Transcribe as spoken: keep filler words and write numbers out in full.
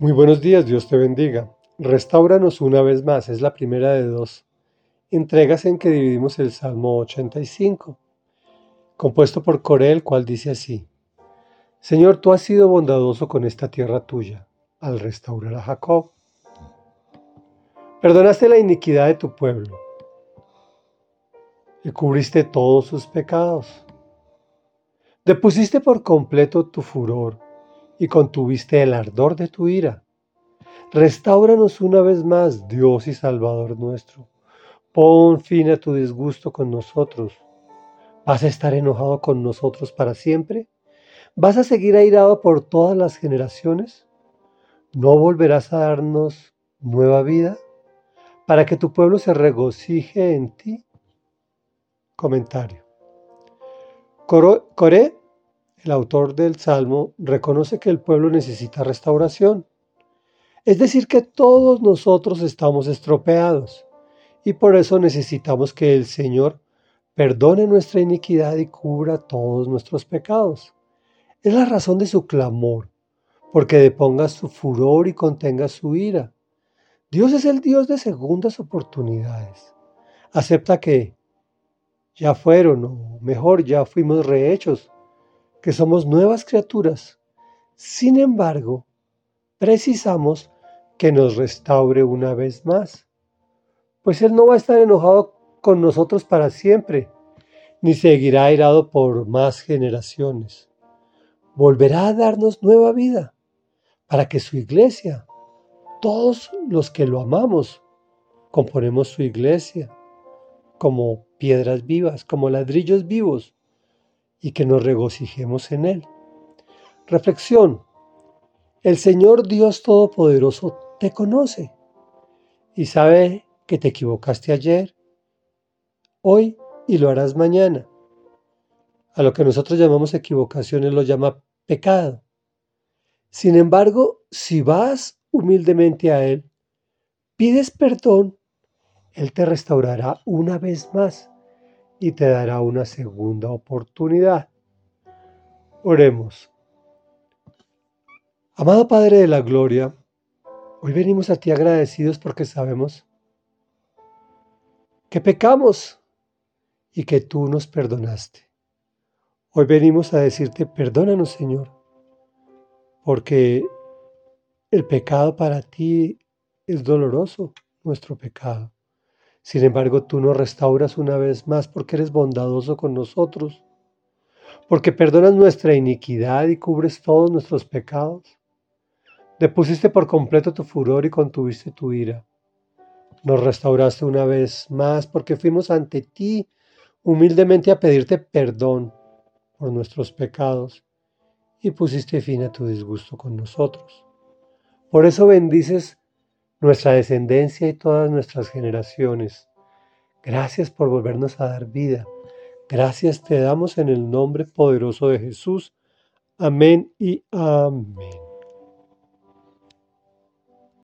Muy buenos días, Dios te bendiga. Restáuranos una vez más, es la primera de dos entregas en que dividimos el Salmo ochenta y cinco, compuesto por Coré, el cual dice así: Señor, tú has sido bondadoso con esta tierra tuya, al restaurar a Jacob. Perdonaste la iniquidad de tu pueblo y cubriste todos sus pecados. Depusiste por completo tu furor y contuviste el ardor de tu ira. Restáuranos una vez más, Dios y Salvador nuestro. Pon fin a tu disgusto con nosotros. ¿Vas a estar enojado con nosotros para siempre? ¿Vas a seguir airado por todas las generaciones? ¿No volverás a darnos nueva vida para que tu pueblo se regocije en ti? Comentario. Coré, el autor del Salmo, reconoce que el pueblo necesita restauración. Es decir, que todos nosotros estamos estropeados y por eso necesitamos que el Señor perdone nuestra iniquidad y cubra todos nuestros pecados. Es la razón de su clamor, porque deponga su furor y contenga su ira. Dios es el Dios de segundas oportunidades. Acepta que ya fueron, o mejor, ya fuimos rehechos, que somos nuevas criaturas. Sin embargo, precisamos que nos restaure una vez más, pues Él no va a estar enojado con nosotros para siempre, ni seguirá airado por más generaciones. Volverá a darnos nueva vida, para que su iglesia, todos los que lo amamos, componemos su iglesia como piedras vivas, como ladrillos vivos, y que nos regocijemos en Él. Reflexión. El Señor Dios Todopoderoso te conoce y sabe que te equivocaste ayer, hoy y lo harás mañana. A lo que nosotros llamamos equivocación, Él lo llama pecado. Sin embargo, si vas humildemente a Él, pides perdón, Él te restaurará una vez más y te dará una segunda oportunidad. Oremos. Amado Padre de la Gloria, hoy venimos a ti agradecidos porque sabemos que pecamos y que tú nos perdonaste. Hoy venimos a decirte, perdónanos, Señor, porque el pecado para ti es doloroso, nuestro pecado. Sin embargo, tú nos restauras una vez más porque eres bondadoso con nosotros, porque perdonas nuestra iniquidad y cubres todos nuestros pecados. Depusiste por completo tu furor y contuviste tu ira. Nos restauraste una vez más porque fuimos ante ti humildemente a pedirte perdón por nuestros pecados y pusiste fin a tu disgusto con nosotros. Por eso bendices nuestra descendencia y todas nuestras generaciones. Gracias por volvernos a dar vida. Gracias te damos en el nombre poderoso de Jesús. Amén y amén.